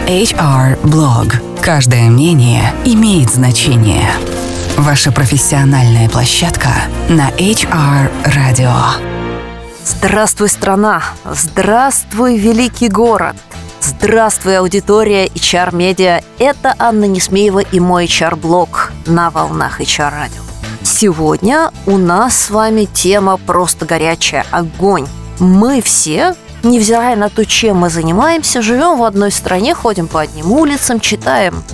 HR-блог. Каждое мнение имеет значение. Ваша профессиональная площадка на HR-радио. Здравствуй, страна! Здравствуй, великий город! Здравствуй, аудитория HR-медиа! Это Анна Несмеева и мой HR-блог на волнах HR-радио. Сегодня у нас с вами тема просто горячая – огонь. Мы все, невзирая на то, чем мы занимаемся, живем в одной стране, ходим по одним улицам, читаем,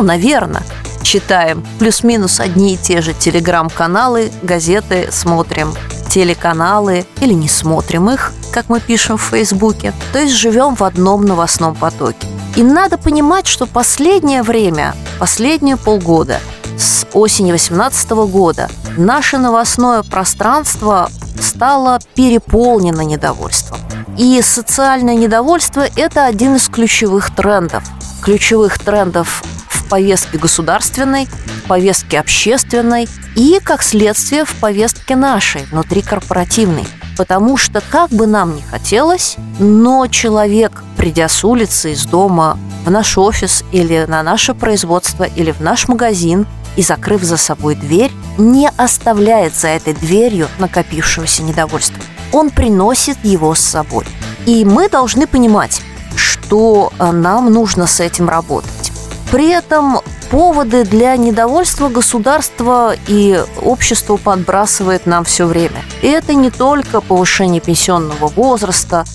читаем плюс-минус одни и те же телеграм-каналы, газеты, смотрим телеканалы или не смотрим их, как мы пишем в Фейсбуке. То есть живем в одном новостном потоке. И надо понимать, что последнее время, последние полгода, с осени 2018 года, наше новостное пространство стало переполнено недовольством. И социальное недовольство – это один из ключевых трендов. Ключевых трендов в повестке государственной, в повестке общественной и, как следствие, в повестке нашей, внутрикорпоративной. Потому что, как бы нам ни хотелось, но человек, придя с улицы, из дома в наш офис или на наше производство или в наш магазин и закрыв за собой дверь, не оставляет за этой дверью накопившегося недовольства. Он приносит его с собой. И мы должны понимать, что нам нужно с этим работать. При этом поводы для недовольства государство и общество подбрасывает нам все время. И это не только повышение пенсионного возраста,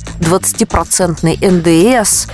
20% НДС,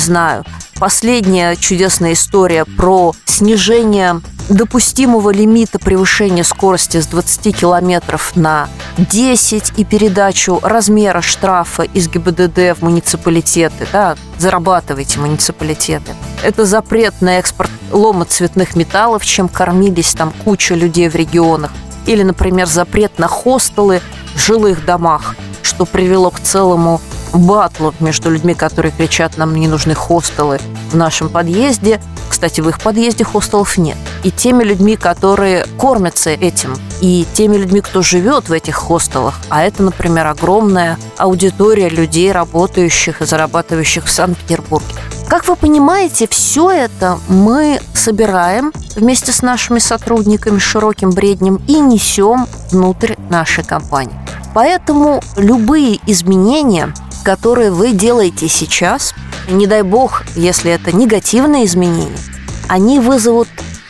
последняя чудесная история про снижение допустимого лимита превышения скорости с 20 километров на 10 и передачу размера штрафа из ГИБДД в муниципалитеты. Зарабатывайте, муниципалитеты. Это запрет на экспорт лома цветных металлов, чем кормились там куча людей в регионах. Или, например, запрет на хостелы в жилых домах, что привело к целому батлу между людьми, которые кричат: нам не нужны хостелы в нашем подъезде. Кстати, в их подъезде хостелов нет. И теми людьми, которые кормятся этим, и теми людьми, кто живет в этих хостелах. А это, например, огромная аудитория людей, работающих и зарабатывающих в Санкт-Петербурге. Как вы понимаете, все это мы собираем вместе с нашими сотрудниками широким бреднем и несем внутрь нашей компании. Поэтому любые изменения, которые вы делаете сейчас, не дай бог, если это негативные изменения, они вызовут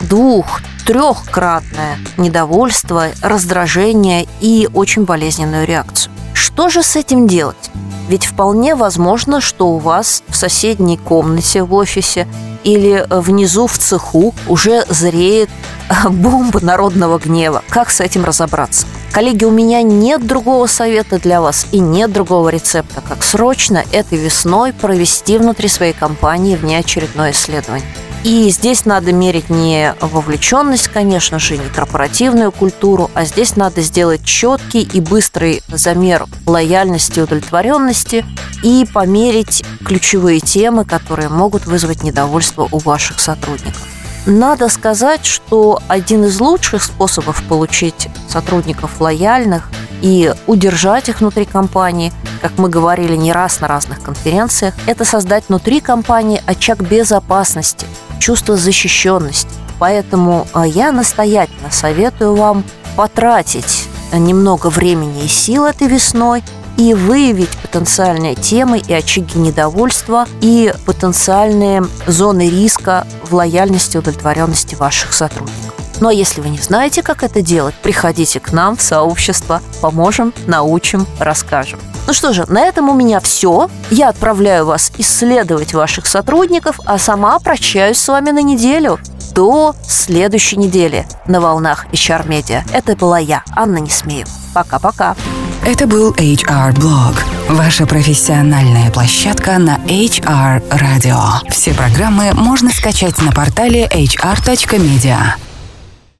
2-3-кратное недовольство, раздражение и очень болезненную реакцию. Что же с этим делать? Ведь вполне возможно, что у вас в соседней комнате в офисе или внизу в цеху уже зреет бомба народного гнева. Как с этим разобраться? Коллеги, у меня нет другого совета для вас и нет другого рецепта, как срочно этой весной провести внутри своей компании внеочередное исследование. И здесь надо мерить не вовлеченность, конечно же, не корпоративную культуру, а здесь надо сделать четкий и быстрый замер лояльности и удовлетворенности и померить ключевые темы, которые могут вызвать недовольство у ваших сотрудников. Надо сказать, что один из лучших способов получить сотрудников лояльных и удержать их внутри компании, как мы говорили не раз на разных конференциях, это создать внутри компании очаг безопасности, чувство защищенности. Поэтому я настоятельно советую вам потратить немного времени и сил этой весной и выявить потенциальные темы и очаги недовольства и потенциальные зоны риска в лояльности и удовлетворенности ваших сотрудников. Ну а если вы не знаете, как это делать, приходите к нам в сообщество, поможем, научим, расскажем. Ну что же, на этом у меня все. Я отправляю вас исследовать ваших сотрудников, а сама прощаюсь с вами на неделю. До следующей недели на волнах HR-медиа. Это была я, Анна Несмеева. Пока-пока. Это был HR-блог. Ваша профессиональная площадка на HR-радио. Все программы можно скачать на портале hr.media.